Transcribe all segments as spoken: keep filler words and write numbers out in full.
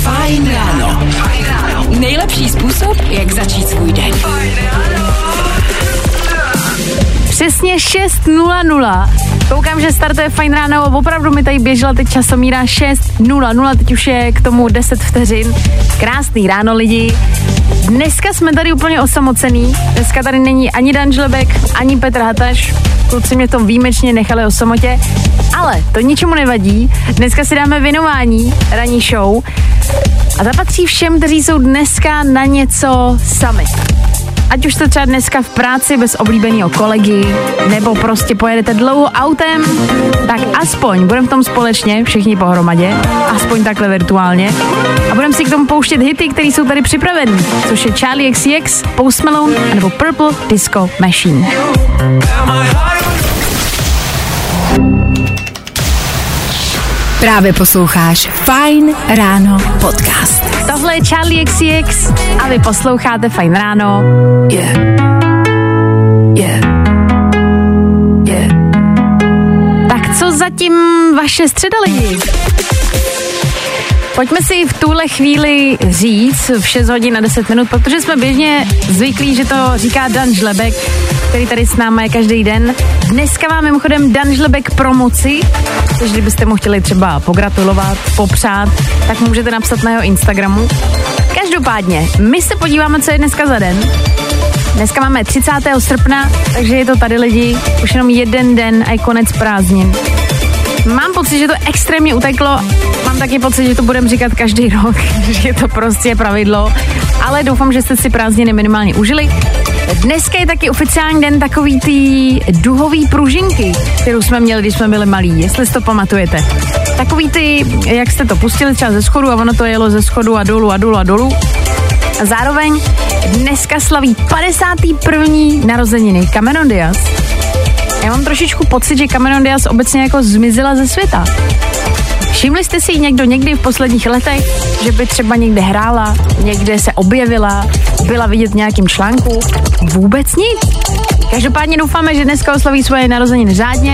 Fajn ráno. Nejlepší způsob, jak začít svůj den. Přesně šest nula nula. Koukám, že startuje Fajn ráno, opravdu mi tady běžela teď časomíra šest nula nula, teď už je k tomu deset vteřin. Krásný ráno, lidi. Dneska jsme tady úplně osamocený. Dneska tady není ani Dan Žlebek, ani Petr Hataš. Kluci mě to výjimečně nechali o samotě. Ale to ničemu nevadí. Dneska si dáme věnování ranní show. A zapatří všem, kteří jsou dneska na něco sami. Ať už to třeba dneska v práci bez oblíbeného kolegy, nebo prostě pojedete dlouho autem, tak aspoň budeme v tom společně, všichni pohromadě, aspoň takhle virtuálně. A budeme si k tomu pouštět hity, které jsou tady připravený, což je Charli X C X, Post Malone nebo Purple Disco Machine. Právě posloucháš Fajn ráno podcast. Tohle je Charli X C X a vy posloucháte Fajn ráno. Yeah. Yeah. Yeah. Tak co zatím vaše středa, lidi? Pojďme si v tuhle chvíli říct v šest hodin a deset minut, protože jsme běžně zvyklí, že to říká Dan Žlebek, který tady s námi je každý den. Dneska mám mimochodem Dan Žlebek promoci, takže kdybyste mu chtěli třeba pogratulovat, popřát, tak můžete napsat na jeho Instagramu. Každopádně, my se podíváme, co je dneska za den. Dneska máme třicátého srpna, takže je to tady, lidi, už jenom jeden den a je konec prázdnin. Mám pocit, že to extrémně uteklo, mám taky pocit, že to budeme říkat každý rok, že je to prostě pravidlo, ale doufám, že jste si prázdniny minimálně užili. Dneska je taky oficiální den takový ty duhový pružinky, kterou jsme měli, když jsme byli malí, jestli si to pamatujete. Takový ty, jak jste to pustili třeba ze schodu a ono to jelo ze schodu a dolů a dolů a dolů. A zároveň dneska slaví padesátý první narozeniny Cameron Diaz. Já mám trošičku pocit, že Cameron Diaz obecně jako zmizela ze světa. Všimli jste si ji někdo někdy v posledních letech, že by třeba někde hrála, někde se objevila, byla vidět v nějakém článku? Vůbec nic. Každopádně doufáme, že dneska oslaví svoje narozeniny řádně.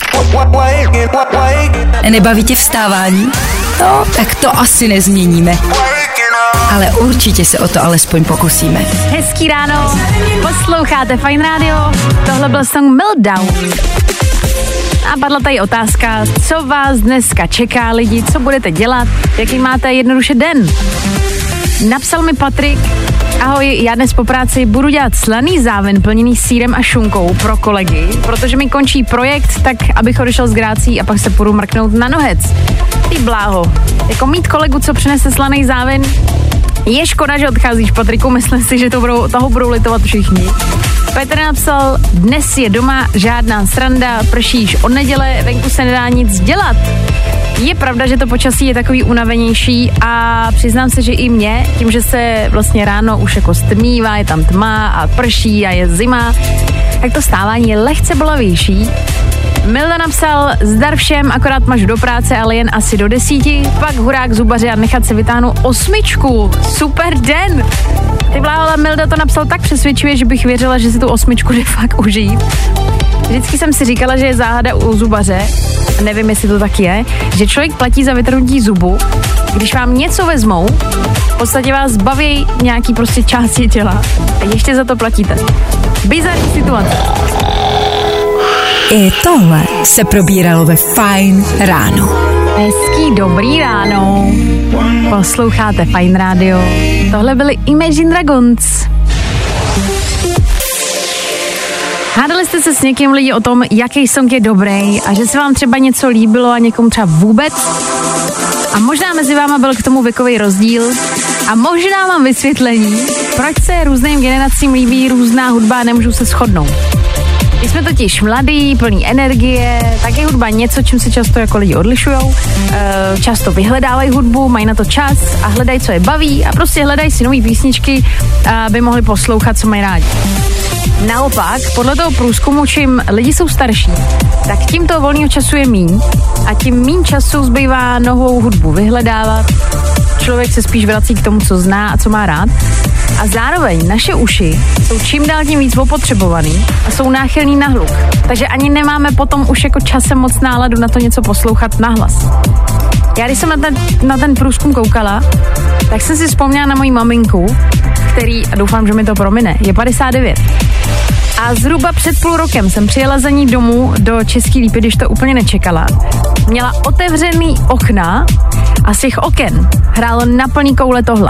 Nebaví tě vstávání? No, tak to asi nezměníme. Ale určitě se o to alespoň pokusíme. Hezký ráno, posloucháte Fajn rádio, tohle byl song Meltdown. A padla tady otázka, co vás dneska čeká, lidi, co budete dělat, jaký máte jednoduše den. Napsal mi Patrik, ahoj, já dnes po práci budu dělat slaný záven plněný sýrem a šunkou pro kolegy, protože mi končí projekt, tak abych odešel z Grácí a pak se půjdu mrknout na nohec. Ty bláho, jako mít kolegu, co přinese slaný záven, je škoda, že odcházíš, Patriku, myslím si, že to budou, toho budou litovat všichni. Petr napsal, dnes je doma, žádná sranda, pršíš od neděle, venku se nedá nic dělat. Je pravda, že to počasí je takový unavenější a přiznám se, že i mě, tím, že se vlastně ráno už jako stmívá, je tam tma a prší a je zima, tak to stávání je lehce bolavější. Milda napsal, zdar všem, akorát máš do práce, ale jen asi do desíti, pak hurák zubaři a nechat se vytáhnout osmičku. Super den! Ty vláhola, Milda to napsal tak přesvědčivě, že bych věřila, že si tu osmičku jde fakt užít. Vždycky jsem si říkala, že je záhada u zubaře, nevím, jestli to tak je, že člověk platí za vytrhnutí zubu, když vám něco vezmou, v podstatě vás baví nějaký prostě části těla a ještě za to platíte. Bizarní situace. I tohle se probíralo ve Fajn ráno. Hezký dobrý ráno. Posloucháte Fajn rádio. Tohle byly Imagine Dragons. Hádali jste se s někým, lidi, o tom, jaký song je dobrý a že se vám třeba něco líbilo a někomu třeba vůbec? A možná mezi váma byl k tomu věkový rozdíl a možná mám vysvětlení, proč se různým generacím líbí různá hudba a nemůžou se shodnout. My jsme totiž mladí, plný energie, tak je hudba něco, čím se často jako lidi odlišujou, e, často vyhledávají hudbu, mají na to čas a hledají, co je baví a prostě hledají si nový písničky, aby mohli poslouchat, co mají rádi. Naopak, podle toho průzkumu, čím lidi jsou starší, tak tím toho volného času je míň a tím míň času zbývá novou hudbu vyhledávat. Člověk se spíš vrací k tomu, co zná a co má rád. A zároveň naše uši jsou čím dál tím víc opotřebovaný a jsou náchylný na hluk. Takže ani nemáme potom už jako časem moc náladu na to něco poslouchat nahlas. Já když jsem na ten, na ten průzkum koukala, tak jsem si vzpomněla na moji maminku, který, a doufám, že mi to promine, je padesát devět. A zhruba před půl rokem jsem přijela za ní domů do Český Lípy, když to úplně nečekala. Měla otevřený okna a z těch oken hrálo na plný koule tohle.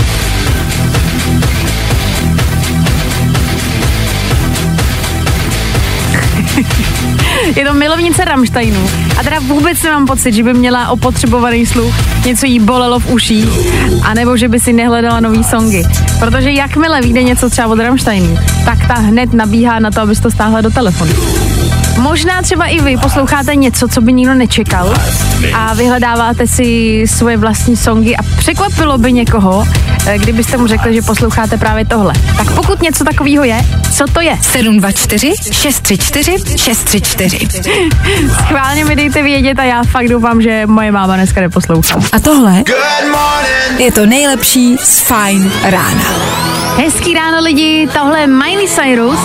Je to milovnice Rammsteinů a teda vůbec nemám pocit, že by měla opotřebovaný sluch, něco jí bolelo v uších, anebo že by si nehledala nový songy. Protože jakmile vyjde něco třeba od Rammsteinů, tak ta hned nabíhá na to, abys to stáhla do telefonu. Možná třeba i vy posloucháte něco, co by nikdo nečekal a vyhledáváte si svoje vlastní songy a překvapilo by někoho, kdybyste mu řekli, že posloucháte právě tohle. Tak pokud něco takového je, co to je? sedm dva čtyři šest tři čtyři šest tři čtyři. Schválně mi dejte vědět a já fakt doufám, že moje máma dneska neposlouchá. A tohle je to nejlepší z Fajn rána. Hezký ráno lidi, tohle je Miley Cyrus.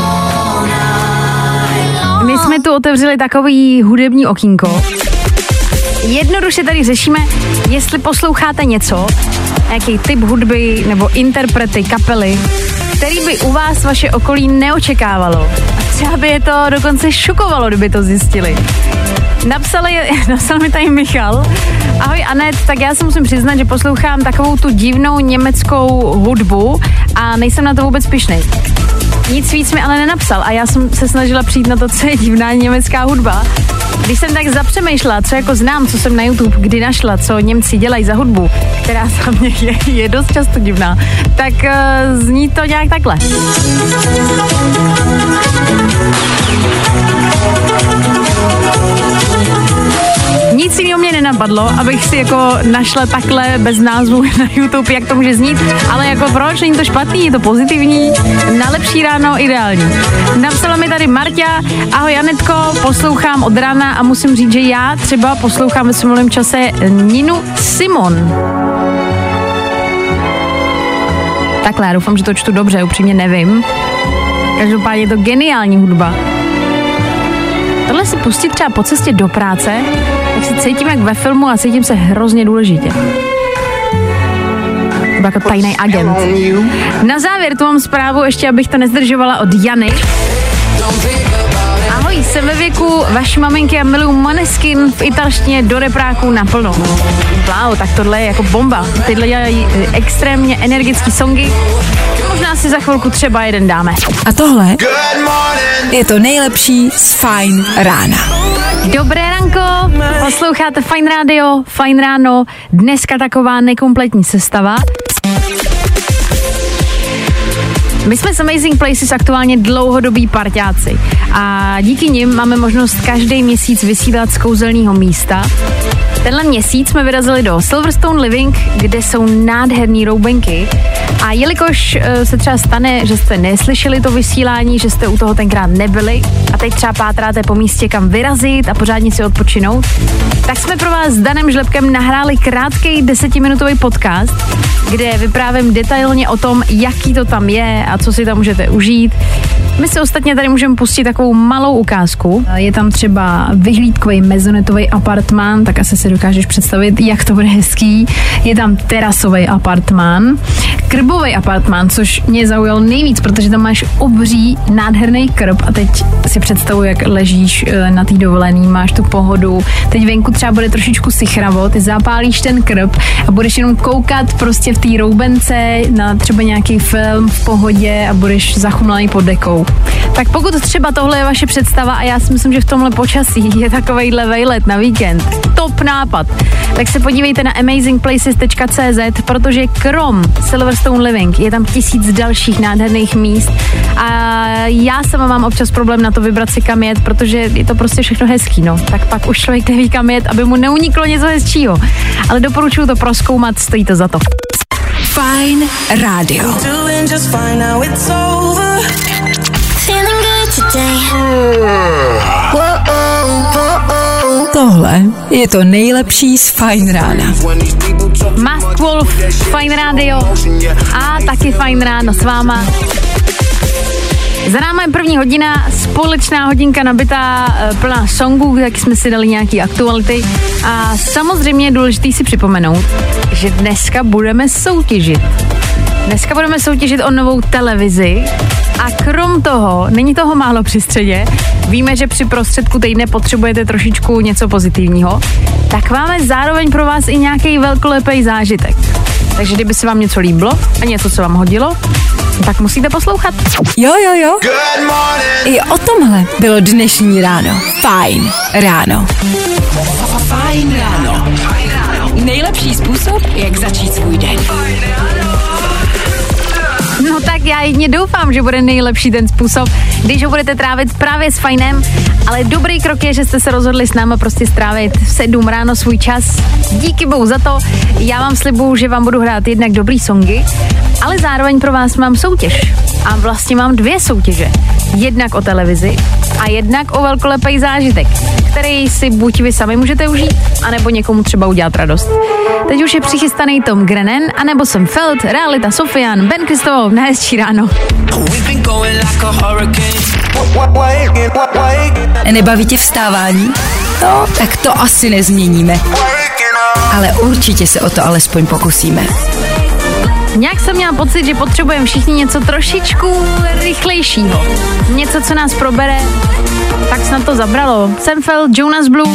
My jsme tu otevřeli takový hudební okýnko. Jednoduše tady řešíme, jestli posloucháte něco, nějaký typ hudby nebo interprety, kapely, který by u vás vaše okolí neočekávalo. A třeba by je to dokonce šokovalo, kdyby to zjistili. Napsali, napsal mi tady Michal. Ahoj Anet, tak já se musím přiznat, že poslouchám takovou tu divnou německou hudbu a nejsem na to vůbec pyšnej. Nic víc mi ale nenapsal a já jsem se snažila přijít na to, co je divná německá hudba. Když jsem tak zapřemýšlela, co jako znám, co jsem na YouTube kdy našla, co Němci dělají za hudbu, která za mě je, je dost často divná, tak uh, zní to nějak takhle. Nic jiného mě nenapadlo, abych si jako našla takhle bez názvu na YouTube, jak to může znít, ale jako proč, není to špatný, je to pozitivní, na lepší ráno ideální. Napsala mi tady Marta, ahoj Janetko, poslouchám od rána a musím říct, že já třeba poslouchám ve svém volném čase Ninu Simon. Takhle, já doufám, že to čtu dobře, upřímně nevím. Každopádně je to geniální hudba. Tohle si pustit třeba po cestě do práce, tak se cítím jak ve filmu a cítím se hrozně důležitě. Jako tajný agent. Na závěr tu mám zprávu, ještě abych to nezdržovala, od Jany. Ahoj, jsem ve věku vaší maminky a miluju Måneskin v italštině do repráků naplno. Wow, tak tohle je jako bomba. Tyhle dělají extrémně energický songy. Možná si za chvilku třeba jeden dáme. A tohle je to nejlepší z Fajn rána. Dobré ranko, posloucháte Fajn rádio, Fajn ráno, dneska taková nekompletní sestava. My jsme s Amazing Places aktuálně dlouhodobí parťáci a díky nim máme možnost každý měsíc vysílat z kouzelného místa. Tenhle měsíc jsme vyrazili do Silverstone Living, kde jsou nádherný roubenky. A jelikož se třeba stane, že jste neslyšeli to vysílání, že jste u toho tenkrát nebyli a teď třeba pátráte po místě, kam vyrazit a pořádně si odpočinout, tak jsme pro vás s Danem Žlebkem nahráli krátkej desetiminutový podcast, kde vyprávím detailně o tom, jaký to tam je a co si tam můžete užít. My si ostatně tady můžeme pustit takovou malou ukázku. Je tam třeba vyhlídkový mezonetový apartmán, tak asi si dokážeš představit, jak to bude hezký. Je tam terasový apartmán, krbový apartmán, což mě zaujal nejvíc, protože tam máš obří, nádherný krb a teď si představuji, jak ležíš na té dovolený, máš tu pohodu. Teď venku třeba bude trošičku sichravo, ty zapálíš ten krb a budeš jenom koukat prostě v té roubence na třeba nějaký film v pohodě a budeš zachumlaný pod dekou. Tak pokud třeba tohle je vaše představa a já si myslím, že v tomhle počasí je takovejhle vejlet na víkend, top nápad, tak se podívejte na amazing places tečka cé zet, protože krom Silverstone Living je tam tisíc dalších nádherných míst a já sama mám občas problém na to vybrat si kam jet, protože je to prostě všechno hezký, no. Tak pak už člověk neví kam jet, aby mu neuniklo něco hezčího. Ale doporučuji to prozkoumat, stojí to za to. Fajn rádio. Tohle je to nejlepší z Fajn rána. Masked Wolf, Fajn rádio a taky Fajn ráno s váma. Za námi je první hodina, společná hodinka nabitá, plná songů, taky jsme si dali nějaký aktuality a samozřejmě je důležité si připomenout, že dneska budeme soutěžit. Dneska budeme soutěžit o novou televizi a krom toho, není toho málo při středě, víme, že při prostředku týdne potřebujete trošičku něco pozitivního, tak máme zároveň pro vás i nějaký velkolepý zážitek. Takže kdyby se vám něco líbilo a něco, co vám hodilo, tak musíte poslouchat. Jo, jo, jo. I o tomhle bylo dnešní ráno. Fajn ráno. Fajn ráno. Nejlepší způsob, jak začít svůj den. No tak já jedně doufám, že bude nejlepší ten způsob, když ho budete trávit právě s Fajnem, ale dobrý krok je, že jste se rozhodli s náma prostě strávit v sedm ráno svůj čas. Díky bohu za to, já vám slibuju, že vám budu hrát jednak dobrý songy, ale zároveň pro vás mám soutěž. A vlastně mám dvě soutěže. Jednak o televizi a jednak o velkolepý zážitek, který si buď vy sami můžete užít, anebo někomu třeba udělat radost. Teď už je přichystaný Tom Grennan, anebo Sam Feld, Realita Sofian, Ben Christoph, na hezčí ráno. Nebaví tě vstávání? No, tak to asi nezměníme. Ale určitě se o to alespoň pokusíme. Nějak jsem měla pocit, že potřebujeme všichni něco trošičku rychlejšího. Něco, co nás probere, tak snad to zabralo. Sam Feld, Jonas Blue.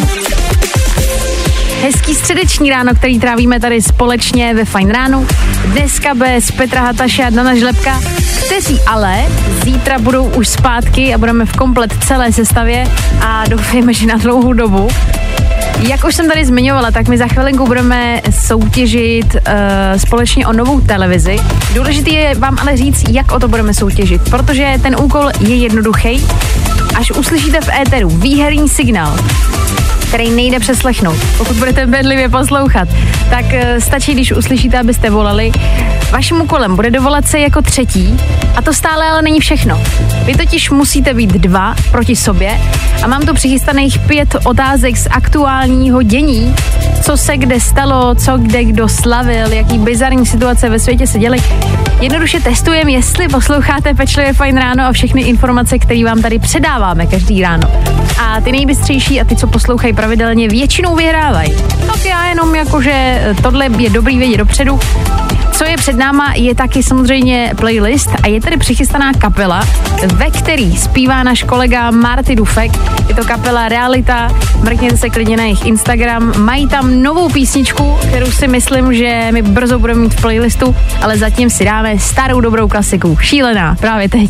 Hezký středeční ráno, který trávíme tady společně ve Fajn ránu. Dneska bez Petra Hataše a Dana Žlepka, kteří ale zítra budou už zpátky a budeme v komplet celé sestavě a doufejme, že na dlouhou dobu. Jak už jsem tady zmiňovala, tak my za chvilinku budeme soutěžit uh, společně o novou televizi. Důležité je vám ale říct, jak o to budeme soutěžit, protože ten úkol je jednoduchý. Až uslyšíte v éteru výherní signál, který nejde přeslechnout, pokud budete bedlivě poslouchat, tak uh, stačí, když uslyšíte, abyste volali. Vaším úkolem bude dovolat se jako třetí a to stále ale není všechno. Vy totiž musíte být dva proti sobě a mám tu přichystaných pět otázek z aktuálního dění, co se kde stalo, co kde kdo slavil, jaký bizarní situace ve světě se děly. Jednoduše testujeme, jestli posloucháte pečlivě Fajn ráno a všechny informace, které vám tady předáváme každý ráno. A ty nejbystřejší a ty, co poslouchají pravidelně, většinou vyhrávají. Tak já jenom jakože tohle je dobrý vědět dopředu. Co je před náma, je taky samozřejmě playlist a je tady přichystaná kapela, ve který zpívá náš kolega Marty Dufek. Je to kapela Realita, mrkněte se klidně na jejich Instagram. Mají tam novou písničku, kterou si myslím, že my brzo budeme mít v playlistu, ale zatím si dáme starou dobrou klasiku. Šílená, právě teď.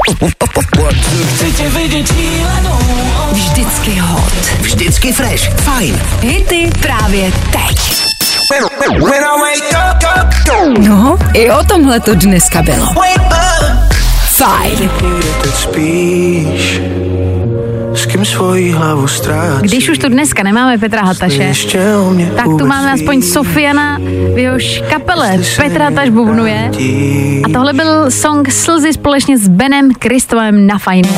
Vždycky hot. Vždycky fresh. Fajn. Hity právě teď. No, i o tomhle to dneska bylo. Fajn. Když už tu dneska nemáme Petra Hataše, tak tu máme aspoň Sofiana, v jehož kapele Petr Hataš bubnuje. A tohle byl song Slzy společně s Benem Christophem na Fajnu.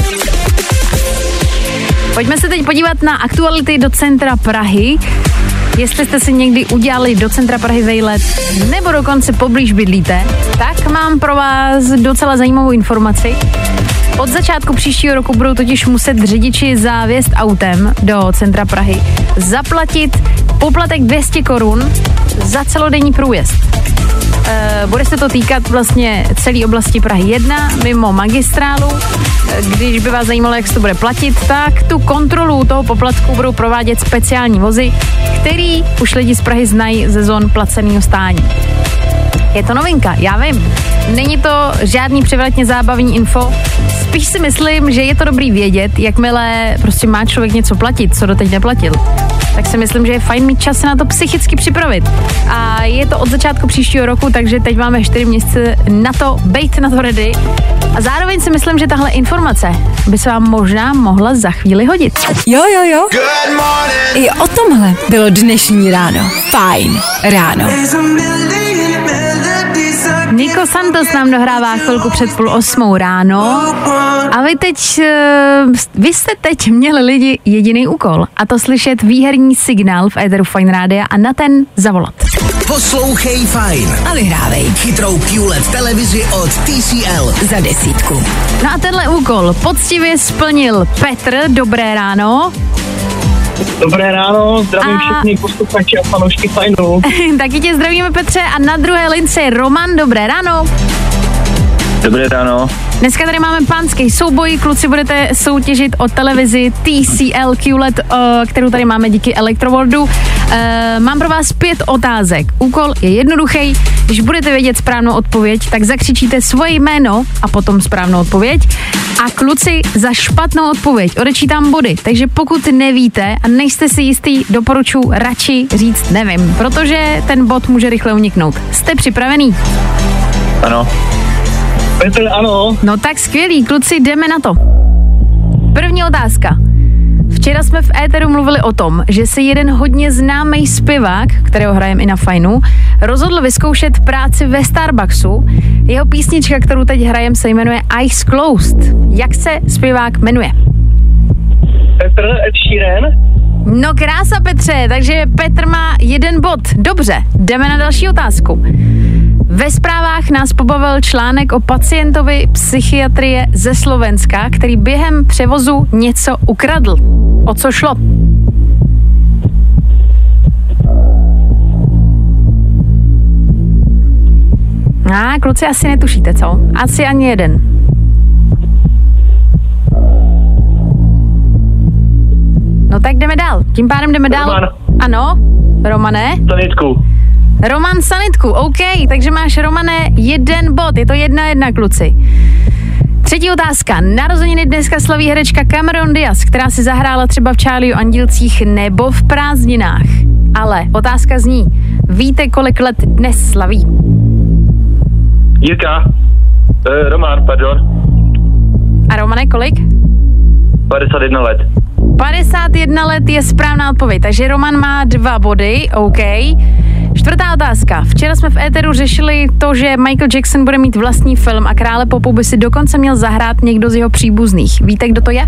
Pojďme se teď podívat na aktuality do centra Prahy. Jestli jste si někdy udělali do centra Prahy vejlet nebo dokonce poblíž bydlíte, tak mám pro vás docela zajímavou informaci. Od začátku příštího roku budou totiž muset řidiči za vjezd autem do centra Prahy zaplatit poplatek dvě stě korun za celodenní průjezd. E, bude se to týkat vlastně celé oblasti Prahy jedna, mimo magistrálu. Když by vás zajímalo, jak se to bude platit, tak tu kontrolu toho poplatku budou provádět speciální vozy, který už lidi z Prahy znají ze zón placeného stání. Je to novinka, já vím. Není to žádný převratně zábavní info. Spíš si myslím, že je to dobrý vědět, jakmile prostě má člověk něco platit, co doteď neplatil. Tak si myslím, že je fajn mít čas na to psychicky připravit. A je to od začátku příštího roku, takže teď máme čtyři měsíce na to, bejt na to ready. A zároveň si myslím, že tahle informace by se vám možná mohla za chvíli hodit. Jo, jo, jo. I o tomhle bylo dnešní ráno. Fajn ráno. Nico Santos nám dohrává chvilku před půl osmou ráno a vy teď, vy jste teď měli lidi jediný úkol a to slyšet výherní signál v éteru Fajn rádia a na ten zavolat. Poslouchej Fajn a vyhrávej chytrou Q L E D televizi od T C L za desítku. No a tenhle úkol poctivě splnil Petr. Dobré ráno. Dobré ráno, zdravím a... všechny posluchači a fanoušky Fajnu. Taky tě zdravíme, Petře, a na druhé lince Roman. Dobré ráno. Dobré ráno. Dneska tady máme pánský souboj, kluci budete soutěžit o televizi T C L Q L E D, kterou tady máme díky Electroworldu. Mám pro vás pět otázek. Úkol je jednoduchý. Když budete vědět správnou odpověď, tak zakřičíte svoje jméno a potom správnou odpověď. A kluci za špatnou odpověď odečítám body. Takže pokud nevíte a nejste si jistý, doporučuji radši říct nevím, protože ten bod může rychle uniknout. Jste připravený? Ano. Petr, ano. No tak skvělý, kluci, jdeme na to. První otázka. Včera jsme v éteru mluvili o tom, že se jeden hodně známý zpěvák, kterého hrajeme i na Fajnu, rozhodl vyzkoušet práci ve Starbucksu. Jeho písnička, kterou teď hrajem, se jmenuje Eyes Closed. Jak se zpěvák jmenuje? Petr, Ed Sheeran. No krása, Petře, takže Petr má jeden bod. Dobře, jdeme na další otázku. Ve zprávách nás pobavil článek o pacientovi psychiatrie ze Slovenska, který během převozu něco ukradl. O co šlo? A kluci asi netušíte, co? Asi ani jeden. No tak jdeme dál. Tím pádem jdeme dál. Roman. Ano, Romane? Sanitku. Roman Sanitku, OK, takže máš, Romane, jeden bod, je to jedna jedna, kluci. Třetí otázka. Narozeniny dneska slaví herečka Cameron Diaz, která si zahrála třeba v Charlie Andílcích nebo v Prázdninách. Ale otázka zní, víte, kolik let dnes slaví? Jirka. E, Roman, pardon. A Romane, kolik? padesát jedna let. padesát jedna let je správná odpověď, takže Roman má dva body, OK. Čtvrtá otázka. Včera jsme v éteru řešili to, že Michael Jackson bude mít vlastní film a Krále popu by si dokonce měl zahrát někdo z jeho příbuzných. Víte, kdo to je?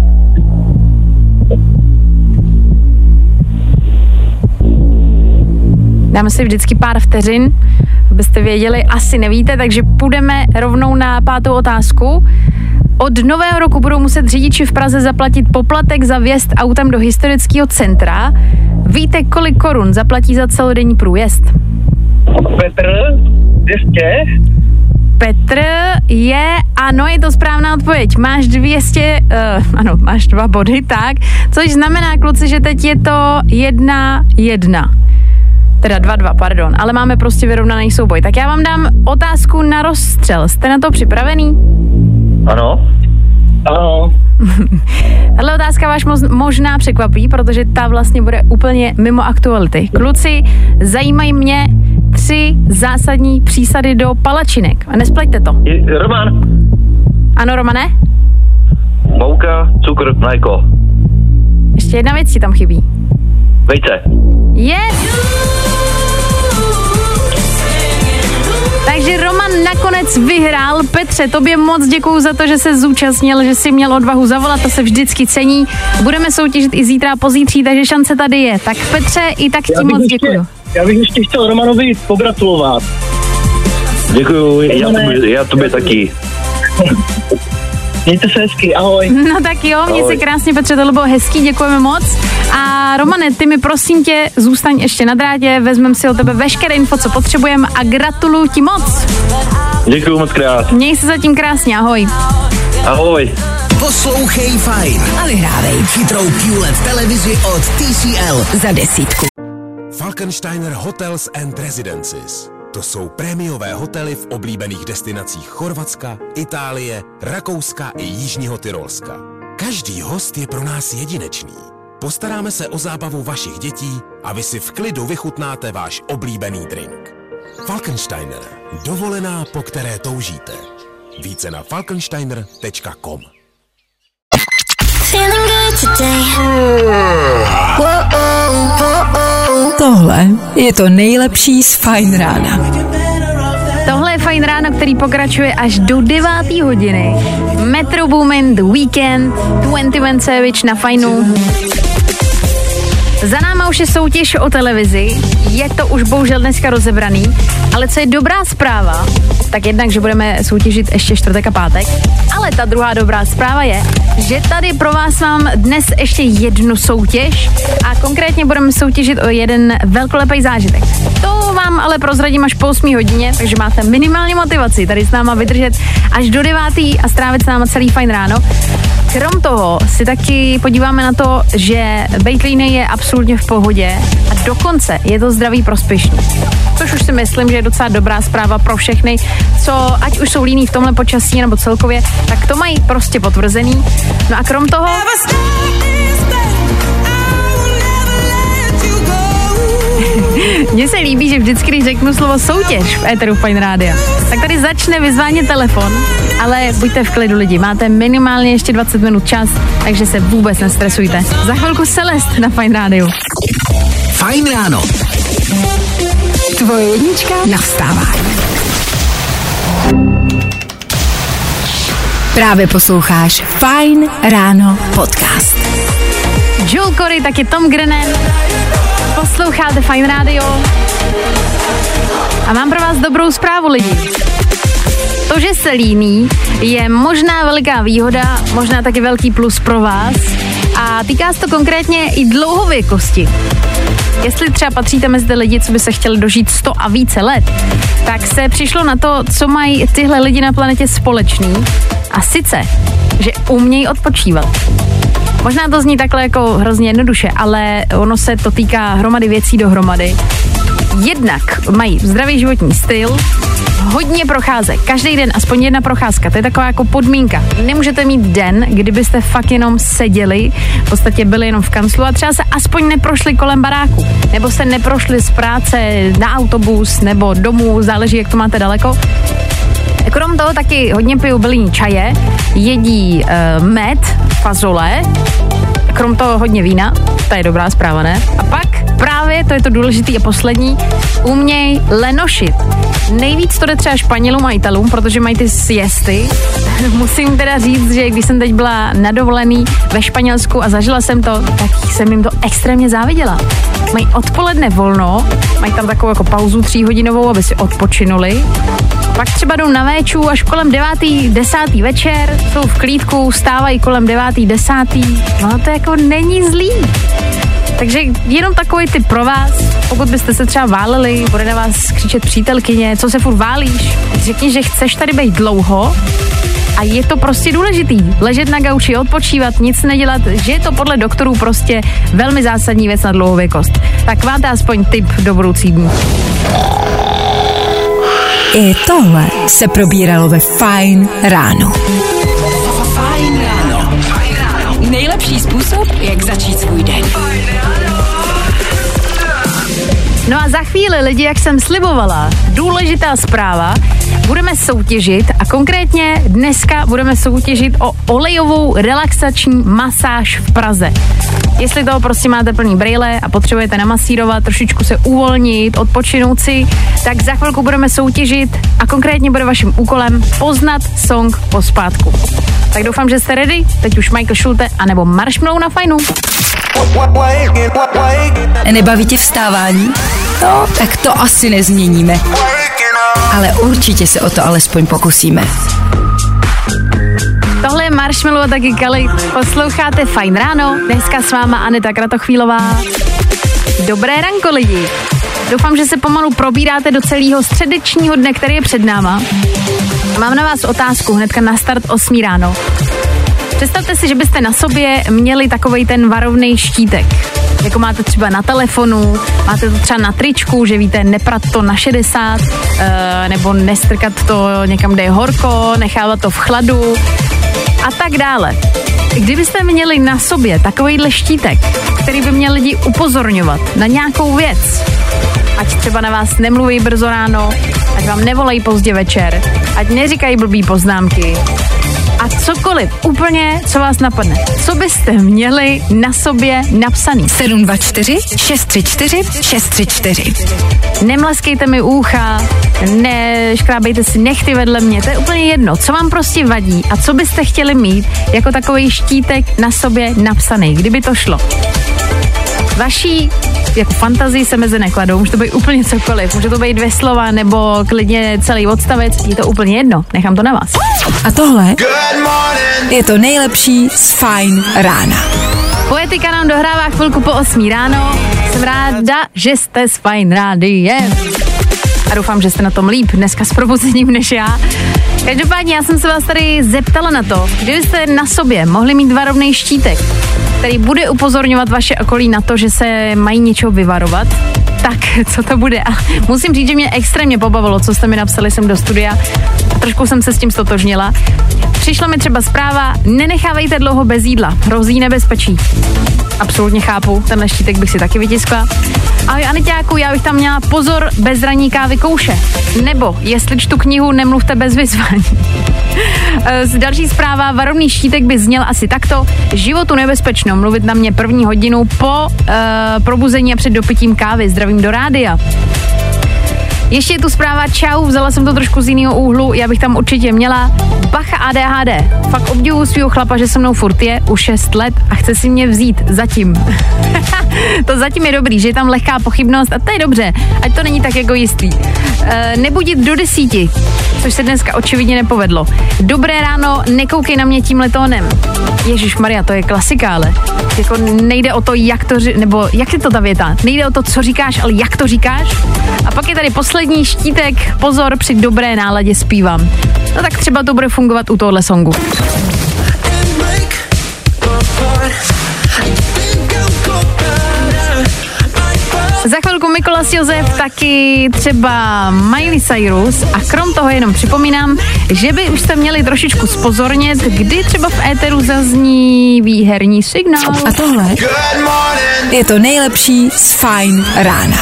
Dáme si vždycky pár vteřin, abyste věděli, asi nevíte, takže půjdeme rovnou na pátou otázku. Od nového roku budou muset řidiči v Praze zaplatit poplatek za vjezd autem do historického centra. Víte, kolik korun zaplatí za celodenní průjezd? Petr, dvě stě. Petr je, ano, je to správná odpověď. Máš dvě stě, uh, ano, máš dva body, tak. Což znamená, kluci, že teď je to jedna jedna. Teda dva dva, pardon, ale máme prostě vyrovnaný souboj. Tak já vám dám otázku na rozstřel. Jste na to připravený? Ano. Ano. Tahle otázka vás možná překvapí, protože ta vlastně bude úplně mimo aktuality. Kluci, zajímají mě tři zásadní přísady do palačinek. A nespleťte to. Je, Roman. Ano, Romane? Mouka, cukr, mléko. Ještě jedna věc ti tam chybí. Vejce. Yes! Takže Roman nakonec vyhrál. Petře, tobě moc děkuju za to, že se zúčastnil, že jsi měl odvahu zavolat, to se vždycky cení. Budeme soutěžit i zítra a pozítří, takže šance tady je. Tak Petře, i tak ti moc ještě, děkuju. Já bych ještě chtěl Romanovi pogratulovat. Děkuju, já tobě, já tobě taky. Mějte se hezky, ahoj. No tak jo, měj se krásně, Petře, tohle bylo hezký, děkujeme moc. A Romane, ty mi prosím tě, zůstaň ještě na drátě, vezmeme si od tebe veškeré info, co potřebujeme a gratuluju ti moc. Děkuju moc krát. Měj se zatím krásně, ahoj. Ahoj. Poslouchej Fajn a vyhrávej chytrou Q L E D televizi od T C L za desítku. Falkensteiner Hotels and Residences. To jsou prémiové hotely v oblíbených destinacích Chorvatska, Itálie, Rakouska i Jižního Tyrolska. Každý host je pro nás jedinečný. Postaráme se o zábavu vašich dětí a vy si v klidu vychutnáte váš oblíbený drink. Falkensteiner. Dovolená, po které toužíte. Více na falkensteiner tečka com. Tohle je to nejlepší z Fajn rána. Tohle je Fajn ráno, který pokračuje až do deváté hodiny. Metro Boomin, The Weekend, dvacet jedna Savage na Fajnu. Za náma už je soutěž o televizi, je to už bohužel dneska rozebraný, ale co je dobrá zpráva, tak jednak, že budeme soutěžit ještě čtvrtek a pátek, ale ta druhá dobrá zpráva je, že tady pro vás mám dnes ještě jednu soutěž a konkrétně budeme soutěžit o jeden velkolepý zážitek. To vám ale prozradím až po osmé hodině, takže máte minimální motivaci tady s náma vydržet až do devátý a strávit s náma celý fajn ráno. Krom toho si taky podíváme na to, že bejt línej je absolutně v pohodě a dokonce je to zdraví prospěšný. Což už si myslím, že je docela dobrá zpráva pro všechny, co ať už jsou líní v tomhle počasí nebo celkově, tak to mají prostě potvrzený. No a krom toho... Mně se líbí, že vždycky, když řeknu slovo soutěž v éteru Fajn Rádia, tak tady začne vyzvánět telefon, ale buďte v klidu lidi, máte minimálně ještě dvacet minut čas, takže se vůbec nestresujte. Za chvilku Celest na Fajn Rádiu. Fajn ráno. Tvoje jednička na vstávání. Právě posloucháš Fajn ráno podcast. Joel Corey, taky Tom Grennan. Posloucháte Fajn Radio. A mám pro vás dobrou zprávu, lidi. To, že se líní, je možná veliká výhoda, možná taky velký plus pro vás. A týká se to konkrétně i dlouhověkosti. Jestli třeba patříte mezi ty lidi, co by se chtěli dožít sto a více let, tak se přišlo na to, co mají tyhle lidi na planetě společný. A sice, že umějí odpočívat. Možná to zní takhle jako hrozně jednoduše, ale ono se to týká hromady věcí dohromady. Jednak mají zdravý životní styl, hodně procházek, každý den aspoň jedna procházka, to je taková jako podmínka. Nemůžete mít den, kdybyste fakt jenom seděli, v podstatě byli jenom v kanclu a třeba se aspoň neprošli kolem baráku, nebo se neprošli z práce na autobus nebo domů, záleží, jak to máte daleko. Krom toho taky hodně pijou bylinní čaje, jedí uh, med, fazole, krom toho hodně vína, to je dobrá zpráva, ne? A pak právě, to je to důležitý a poslední, uměj lenošit. Nejvíc to jde třeba Španělům a Italům, protože mají ty siesty. Musím teda říct, že když jsem teď byla na dovolený ve Španělsku a zažila jsem to, tak jsem jim to extrémně záviděla. Mají odpoledne volno, mají tam takovou jako pauzu tříhodinovou, aby si odpočinuli. Pak třeba jdou na véču až kolem devátý, desátý večer, jsou v klídku, stávají kolem devátý, desátý. No to jako není zlý. Takže jenom takový tip pro vás, pokud byste se třeba váleli, bude na vás křičet přítelkyně, co se furt válíš, řekni, že chceš tady být dlouho a je to prostě důležitý. Ležet na gauči, odpočívat, nic nedělat, že je to podle doktorů prostě velmi zásadní věc na dlouhověkost. Tak máte aspoň tip do budoucí dní. I tohle se probíralo ve Fajn ráno. Fajn ráno. Nejlepší způsob, jak začít svůj den. No a za chvíli, lidi, jak jsem slibovala, důležitá zpráva, budeme soutěžit a konkrétně dneska budeme soutěžit o olejovou relaxační masáž v Praze. Jestli toho prostě máte plný brejle a potřebujete namasírovat, trošičku se uvolnit, odpočinout si, tak za chvilku budeme soutěžit a konkrétně bude vaším úkolem poznat song po zpátku. Tak doufám, že jste ready, teď už Michael Schulte anebo Marshmello na Fajnu. Nebaví tě vstávání? No, tak to asi nezměníme. Ale určitě se o to alespoň pokusíme. Tohle je Marshmello a taky Kali. Posloucháte Fajn ráno, dneska s váma Aneta Kratochvílová. Dobré ranko, lidi. Doufám, že se pomalu probíráte do celého středečního dne, který je před náma. Mám na vás otázku hnedka na start osmý ráno. Představte si, že byste na sobě měli takovej ten varovný štítek. Jako máte třeba na telefonu, máte to třeba na tričku, že víte, neprat to na šedesát, e, nebo nestrkat to někam, kde je horko, nechávat to v chladu a tak dále. Kdybyste měli na sobě takovejhle štítek, který by měl lidi upozorňovat na nějakou věc, ať třeba na vás nemluví brzo ráno, ať vám nevolají pozdě večer, ať neříkají blbý poznámky, a cokoliv, úplně, co vás napadne. Co byste měli na sobě napsaný? sedm dva čtyři šest tři čtyři šest tři čtyři. Nemleskejte mi ucha, neškrábejte si nechty vedle mě, to je úplně jedno. Co vám prostě vadí a co byste chtěli mít jako takový štítek na sobě napsaný, kdyby to šlo? Vaší jako fantazii se mezi nekladou, může to být úplně cokoliv, může to být dvě slova nebo klidně celý odstavec, je to úplně jedno, nechám to na vás. A tohle je to nejlepší z Fajn rána. Poetika nám dohrává chvilku po osmí ráno, jsem ráda, že jste s Fajn rádiem. A doufám, že jste na tom líp dneska s probuzením než já. Každopádně já jsem se vás tady zeptala na to, kdybyste na sobě mohli mít varovný štítek, který bude upozorňovat vaše okolí na to, že se mají něčeho vyvarovat, tak co to bude? A musím říct, že mě extrémně pobavilo, co jste mi napsali sem do studia. Trošku jsem se s tím stotožnila. Přišla mi třeba zpráva, nenechávejte dlouho bez jídla, hrozí nebezpečí. Absolutně chápu, tenhle štítek bych si taky vytiskla. Ahoj Aniťáku, já bych tam měla pozor bez raní kávy kouše. Nebo, jestli čtu knihu, nemluvte bez vyzvání. Z další zpráva, varovný štítek by zněl asi takto. Životu nebezpečno, mluvit na mě první hodinu po uh, probuzení a před dopitím kávy. Zdravím do rádia. Ještě je tu zpráva, čau, vzala jsem to trošku z jiného úhlu, já bych tam určitě měla. Bacha A D H D. Fakt obdivuju svýho chlapa, že se mnou furt je, už šest let a chce si mě vzít, zatím. To zatím je dobrý, že je tam lehká pochybnost a to je dobře, ať to není tak jako jistý. E, nebudit do desíti, což se dneska očividně nepovedlo. Dobré ráno, nekoukej na mě tímhle tónem. Ježišmarja, to je klasika, ale jako nejde o to, jak to, nebo jak je to ta věta, nejde o to, co říkáš, ale jak to říkáš. A pak je tady poslední štítek, pozor, při dobré náladě zpívám. No tak třeba to bude fungovat u tohohle songu. Za chvilku Mikolas Josef, taky třeba Miley Cyrus a krom toho jenom připomínám, že by už jste měli trošičku zpozornět, kdy třeba v éteru zazní výherní signál. A tohle je to nejlepší z Fajn rána.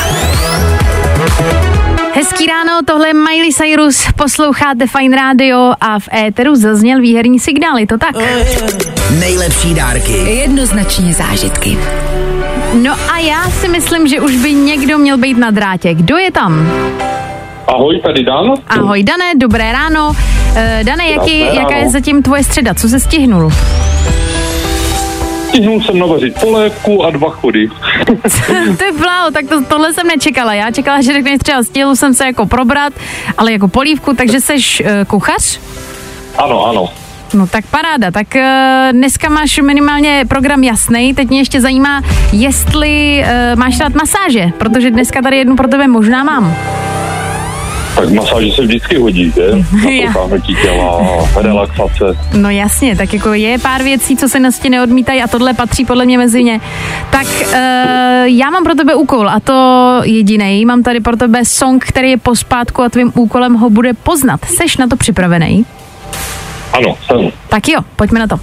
Hezký ráno, tohle je Miley Cyrus, posloucháte Fajn rádio a v éteru zazněl výherní signál, je to tak? Nejlepší dárky. Jednoznačně zážitky. No a já si myslím, že už by někdo měl být na drátě. Kdo je tam? Ahoj, tady Dan. Ahoj Dane, dobré ráno. Uh, Dane, jaký, jaká je zatím tvoje středa? Co se stihnul? Stihnul jsem navařit polévku a dva chody. To je pláho, tak to, tohle jsem nečekala. Já čekala, že řekneš třeba stihl jsem se jako probrat, ale jako polívku, takže seš uh, kuchař? Ano, ano. No tak paráda, tak uh, dneska máš minimálně program jasný, teď mě ještě zajímá, jestli uh, máš rád masáže, protože dneska tady jednu pro tebe možná mám. Tak masáže se vždycky hodí, že? Na protáhnutí těla, relaxace. No jasně, tak jako je pár věcí, co se na stěně neodmítají a tohle patří podle mě mezi ně. Tak uh, já mám pro tebe úkol a to jedinej, mám tady pro tebe song, který je pospátku a tvým úkolem ho bude poznat. Seš na to připravený? Ano, jsem. Tak jo, pojďme na to.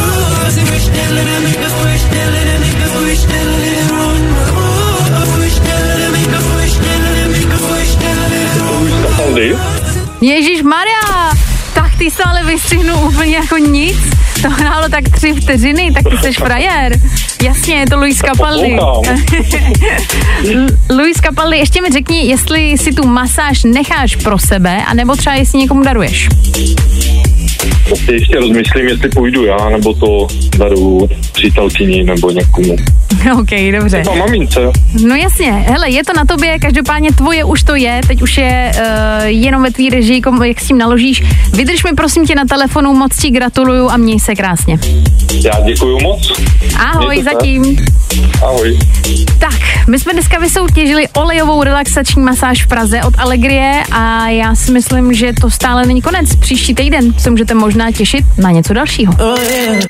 Ježíš Maria, tak ty se ale vystřihnul úplně jako nic. To hrálo tak tři vteřiny, tak ty seš frajer. Jasně, je to Luis Capaldi. Luis Capaldi, ještě mi řekni, jestli si tu masáž necháš pro sebe, anebo třeba jestli někomu daruješ. Prostě ještě rozmyslím, jestli půjdu já, nebo to daru přítelkyni, nebo někomu. OK, dobře. Třeba mamince. No jasně, hele, je to na tobě, každopádně tvoje už to je, teď už je uh, jenom ve tvý režii, jak s tím naložíš. Vydrž mi prosím tě na telefonu, moc ti gratuluju a měj se krásně. Já děkuju moc. Ahoj zatím. Ahoj. Tak, my jsme dneska vysoutěžili olejovou relaxační masáž v Praze od Allegrie a já si myslím, že to stále není konec. Příští týden se můžete možná těšit na něco dalšího. Oh, yeah.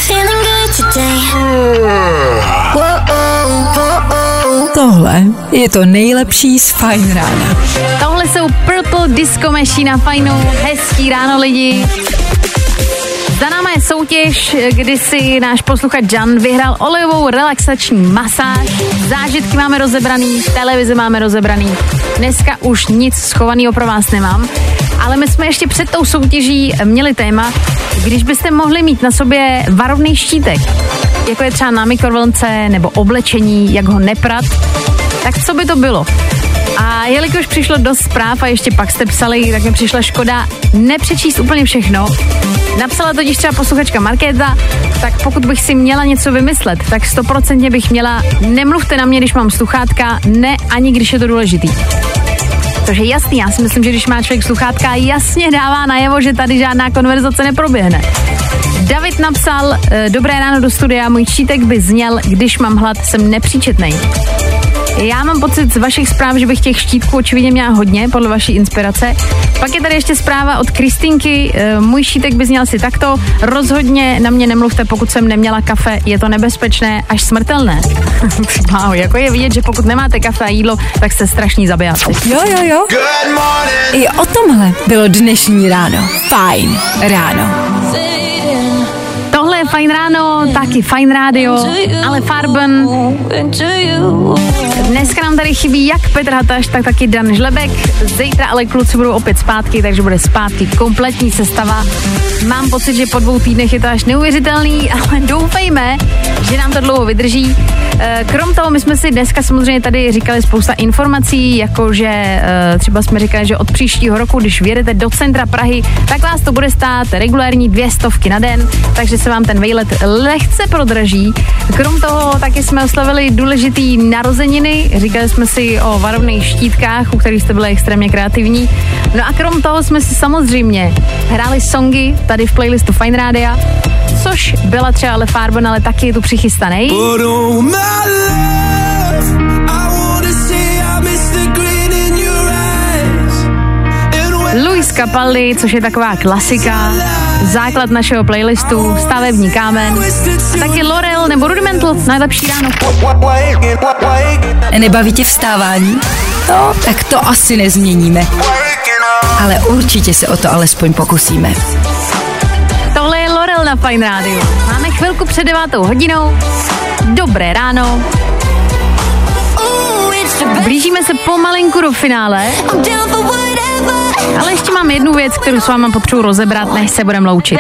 Tohle je to nejlepší z Fajn rána. Tohle jsou Purple Disco Machine na Fajnu. Hezký ráno lidi. Za náma je soutěž, kdy si náš posluchač Jan vyhrál olejovou relaxační masáž. Zážitky máme rozebraný, televize máme rozebraný. Dneska už nic schovaného pro vás nemám. Ale my jsme ještě před tou soutěží měli téma, když byste mohli mít na sobě varovný štítek, jako je třeba na mikrovlnce nebo oblečení, jak ho neprat, tak co by to bylo? A jelikož přišlo dost zpráv a ještě pak jste psali, tak mi přišla škoda nepřečíst úplně všechno. Napsala totiž třeba posluchačka Markéta, tak pokud bych si měla něco vymyslet, tak stoprocentně bych měla nemluvte na mě, když mám sluchátka, ne ani když je to důležitý. Což je jasný, já si myslím, že když má člověk sluchátka, jasně dává najevo, že tady žádná konverzace neproběhne. David napsal, dobré ráno do studia, můj štítek by zněl, když mám hlad, jsem nepříčetnej. Já mám pocit z vašich zpráv, že bych těch štítků očividně měla hodně, podle vaší inspirace. Pak je tady ještě zpráva od Kristýnky, můj štítek by zněl si takto, rozhodně na mě nemluvte, pokud jsem neměla kafe, je to nebezpečné, až smrtelné. Wow, jako je vidět, že pokud nemáte kafe a jídlo, tak jste strašní zabijáci. Jo, jo, jo. Good morning. I o tomhle bylo dnešní ráno. Fajn ráno. Tohle je Fajn ráno, taky Fajn rádio, ale Farben. Dneska nám tady chybí jak Petr Hataš, tak taky Dan Žlebek. Zítra ale kluci budou opět zpátky, takže bude zpátky kompletní sestava. Mám pocit, že po dvou týdnech je to až neuvěřitelný, ale doufejme, že nám to dlouho vydrží. Krom toho, my jsme si dneska samozřejmě tady říkali spousta informací, jakože třeba jsme říkali, že od příštího roku, když vyjedete do centra Prahy, tak vás to bude stát regulární dvě stovky na den, takže se vám ten vejlet lehce prodraží. Krom toho taky jsme oslavili důležitý narozeniny, říkali jsme si o varovných štítkách, u kterých jste byli extrémně kreativní. No a krom toho jsme si samozřejmě hráli songy tady v playlistu Fajn rádia, což byla třeba Le Farben, ale taky je tu přichystanej. Luis Capaldi, což je taková klasika, základ našeho playlistu, stavební kámen. A taky Lorel nebo Rudimental, najlepší ráno. Nebaví tě vstávání? No, tak to asi nezměníme. Ale určitě se o to alespoň pokusíme. Tohle je Lorel na Fajn rádiu. Máme chvilku před devátou hodinou. Dobré ráno. Blížíme se pomalinku do finále. Ale ještě mám jednu věc, kterou s váma potřebuji rozebrat, než se budeme loučit.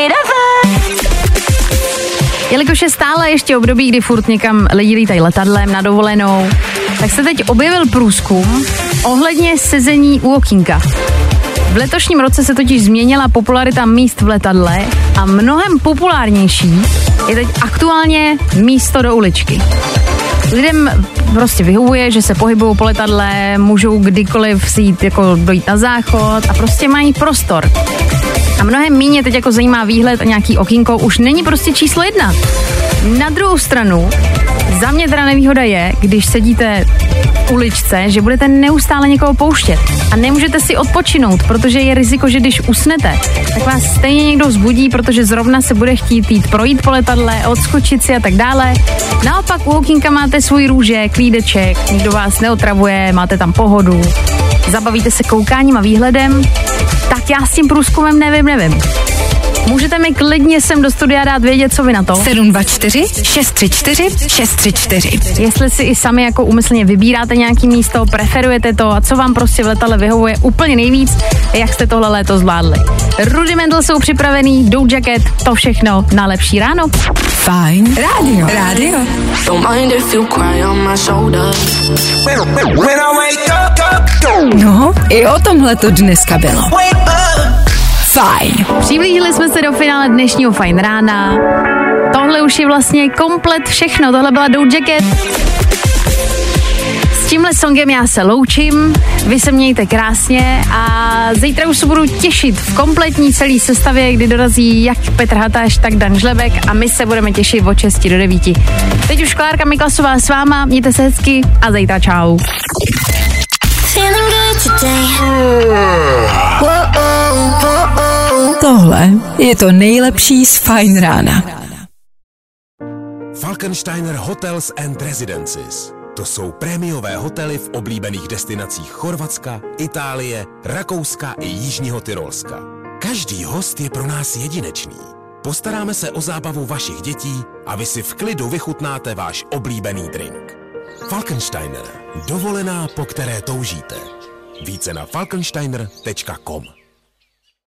Jelikož je stále ještě období, kdy furt někam lidi lítají letadlem na dovolenou, tak se teď objevil průzkum ohledně sezení u okýnka. V letošním roce se totiž změnila popularita míst v letadle a mnohem populárnější je teď aktuálně místo do uličky. Lidem prostě vyhovuje, že se pohybují po letadle, můžou kdykoliv jít, jako dojít na záchod a prostě mají prostor. A mnohem míně teď jako zajímá výhled a nějaký okýnko už není prostě číslo jedna. Na druhou stranu, za mě teda nevýhoda je, když sedíte v uličce, že budete neustále někoho pouštět a nemůžete si odpočinout, protože je riziko, že když usnete, tak vás stejně někdo vzbudí, protože zrovna se bude chtít jít projít po letadle, odskočit si a tak dále. Naopak u okýnka máte svůj růžek, klídeček, nikdo vás neotravuje, máte tam pohodu, zabavíte se koukáním a výhledem, tak já s tím průzkumem nevím, nevím. Můžete mi klidně sem do studia dát vědět, co vy na to. sedm dva čtyři šest tři čtyři šest tři čtyři. Jestli si i sami jako úmyslně vybíráte nějaký místo, preferujete to a co vám prostě v letadle vyhovuje úplně nejvíc, jak jste tohle léto zvládli. Rudimental jsou připravený, Doja Cat, to všechno na lepší ráno. Fajn rádio. Rádio. No, i o tomhle to dneska bylo. Fajn. Přiblížili jsme se do finále dnešního Fajn rána. Tohle už je vlastně komplet všechno. Tohle byla Doja Cat. S tímhle songem já se loučím. Vy se mějte krásně a zítra už se budu těšit v kompletní celé sestavě, kdy dorazí jak Petr Hataš, tak Dan Žlebek a my se budeme těšit od šesti do devíti. Teď už Klárka Miklasová s váma. Mějte se hezky a zítra čau. Tohle je to nejlepší z Fajn rána. Falkensteiner Hotels and Residences. To jsou prémiové hotely v oblíbených destinacích Chorvatska, Itálie, Rakouska i Jižního Tyrolska. Každý host je pro nás jedinečný. Postaráme se o zábavu vašich dětí a vy si v klidu vychutnáte váš oblíbený drink. Falkensteiner. Dovolená, po které toužíte. Více na falkensteiner tečka com.